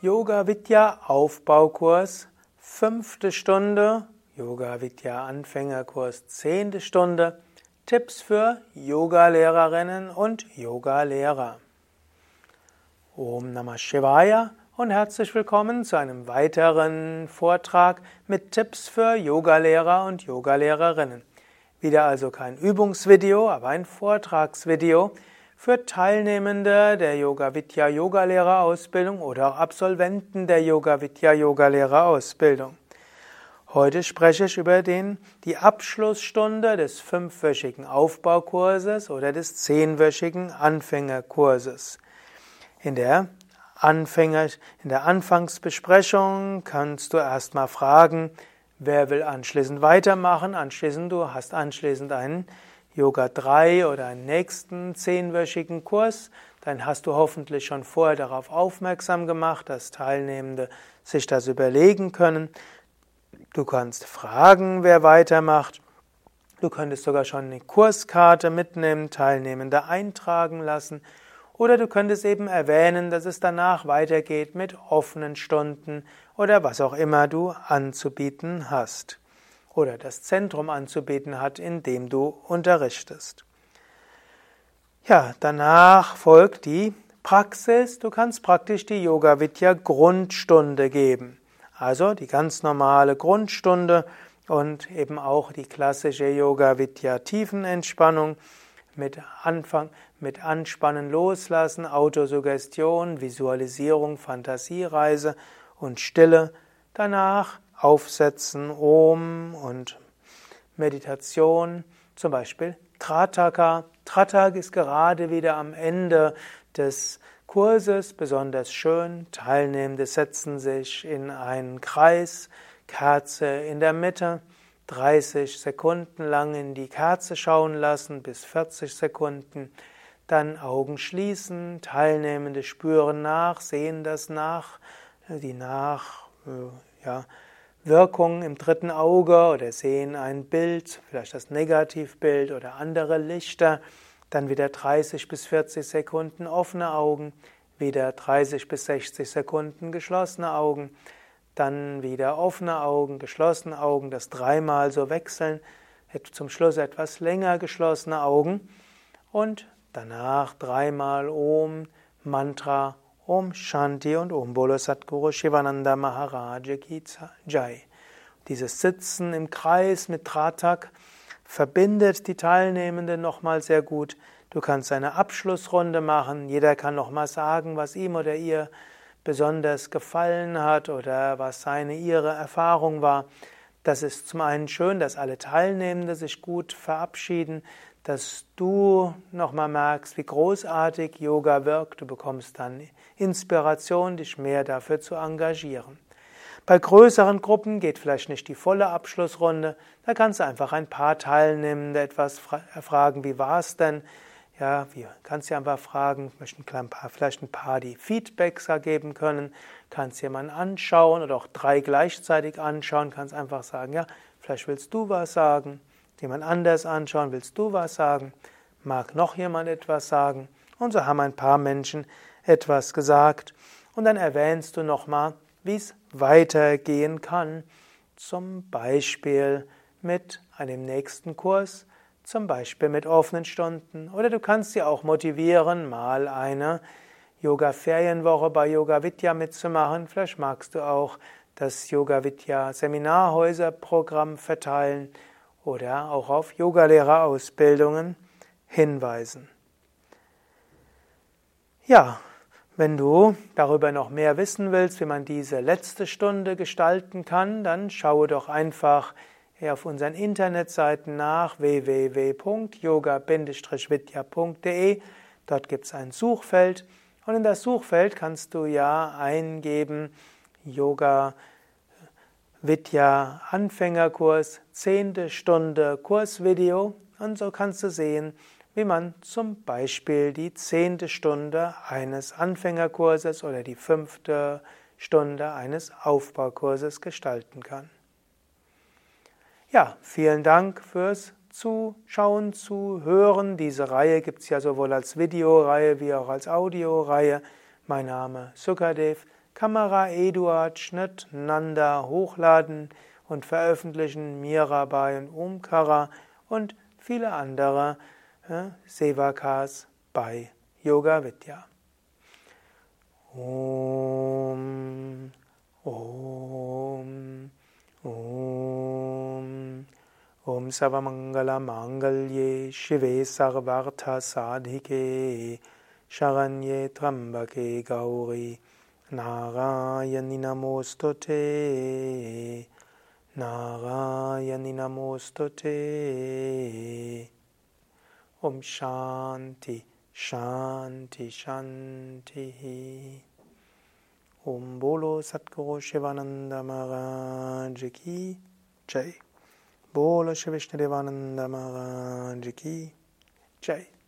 Yoga Vidya Aufbaukurs, 5. Stunde, Yoga Vidya Anfängerkurs, 10. Stunde, Tipps für Yogalehrerinnen und Yogalehrer. Om Namah Shivaya und herzlich willkommen zu einem weiteren Vortrag mit Tipps für Yogalehrer und Yogalehrerinnen. Wieder also kein Übungsvideo, aber ein Vortragsvideo für Teilnehmende der Yoga Vidya Yogalehrerausbildung oder auch Absolventen der Yoga Vidya Yogalehrerausbildung. Heute spreche ich über die Abschlussstunde des 5-wöchigen Aufbaukurses oder des 10-wöchigen Anfängerkurses. In der Anfangsbesprechung kannst du erstmal fragen, wer will anschließend weitermachen. Du hast anschließend einen Yoga 3 oder einen nächsten 10-wöchigen Kurs. Dann hast du hoffentlich schon vorher darauf aufmerksam gemacht, dass Teilnehmende sich das überlegen können. Du kannst fragen, wer weitermacht. Du könntest sogar schon eine Kurskarte mitnehmen, Teilnehmende eintragen lassen. Oder du könntest eben erwähnen, dass es danach weitergeht mit offenen Stunden oder was auch immer du anzubieten hast. Oder das Zentrum anzubieten hat, in dem du unterrichtest. Ja, danach folgt die Praxis. Du kannst praktisch die Yoga Vidya Grundstunde geben. Also die ganz normale Grundstunde und eben auch die klassische Yoga Vidya Tiefenentspannung mit Anspannen, Loslassen, Autosuggestion, Visualisierung, Fantasiereise und Stille. Danach Aufsetzen, Om und Meditation, zum Beispiel Trataka. Trataka ist gerade wieder am Ende des Kurses besonders schön. Teilnehmende setzen sich in einen Kreis, Kerze in der Mitte, 30 Sekunden lang in die Kerze schauen lassen, bis 40 Sekunden. Dann Augen schließen, Teilnehmende spüren nach, sehen das nach, Wirkung im dritten Auge oder sehen ein Bild, vielleicht das Negativbild oder andere Lichter, dann wieder 30 bis 40 Sekunden offene Augen, wieder 30 bis 60 Sekunden geschlossene Augen, dann wieder offene Augen, geschlossene Augen, das dreimal so wechseln, zum Schluss etwas länger geschlossene Augen und danach dreimal Om, Mantra, Om Shanti und Om Bolo Satguru Shivananda Maharaj Ki Jai. Dieses Sitzen im Kreis mit Tratak verbindet die Teilnehmenden nochmal sehr gut. Du kannst eine Abschlussrunde machen. Jeder kann nochmal sagen, was ihm oder ihr besonders gefallen hat oder was ihre Erfahrung war. Das ist zum einen schön, dass alle Teilnehmenden sich gut verabschieden, dass du nochmal merkst, wie großartig Yoga wirkt. Du bekommst dann Inspiration, dich mehr dafür zu engagieren. Bei größeren Gruppen geht vielleicht nicht die volle Abschlussrunde. Da kannst du einfach ein paar Teilnehmende etwas fragen, wie war es denn? Ja, kannst du einfach fragen, vielleicht ein paar, die Feedbacks geben können. Kannst jemanden anschauen oder auch 3 gleichzeitig anschauen. Kannst einfach sagen, ja, vielleicht willst du was sagen. Jemand anders anschauen, willst du was sagen? Mag noch jemand etwas sagen? Und so haben ein paar Menschen etwas gesagt. Und dann erwähnst du nochmal, wie es weitergehen kann. Zum Beispiel mit einem nächsten Kurs, zum Beispiel mit offenen Stunden. Oder du kannst sie auch motivieren, mal eine Yoga-Ferienwoche bei Yoga Vidya mitzumachen. Vielleicht magst du auch das Yoga Vidya Seminarhäuser-Programm verteilen oder auch auf Yogalehrerausbildungen hinweisen. Ja, wenn du darüber noch mehr wissen willst, wie man diese letzte Stunde gestalten kann, dann schaue doch einfach auf unseren Internetseiten nach www.yoga-vidya.de. Dort gibt es ein Suchfeld und in das Suchfeld kannst du ja eingeben Yoga Vidya Anfängerkurs, 10. Stunde Kursvideo und so kannst du sehen, wie man zum Beispiel die 10. Stunde eines Anfängerkurses oder die 5. Stunde eines Aufbaukurses gestalten kann. Ja, vielen Dank fürs Zuschauen, Zuhören. Diese Reihe gibt es ja sowohl als Videoreihe wie auch als Audioreihe. Mein Name ist Sukadev. Kamera Eduard, Schnitt Nanda, hochladen und veröffentlichen Mirabai und Omkara und viele andere Sevakas bei Yoga Vidya. Om, Om, Om, Om Sarvamangala Mangalye Shive Sarvartha Sadhike Sharanye Trambake Gauri Narayani Namostute Narayani Namostute. Om Shanti Shanti Shanti. Om Bolo Satguru Shivananda Maharaj Ki Jai. Bolo Shri Vishnu Devananda Maharaj Ki Jai.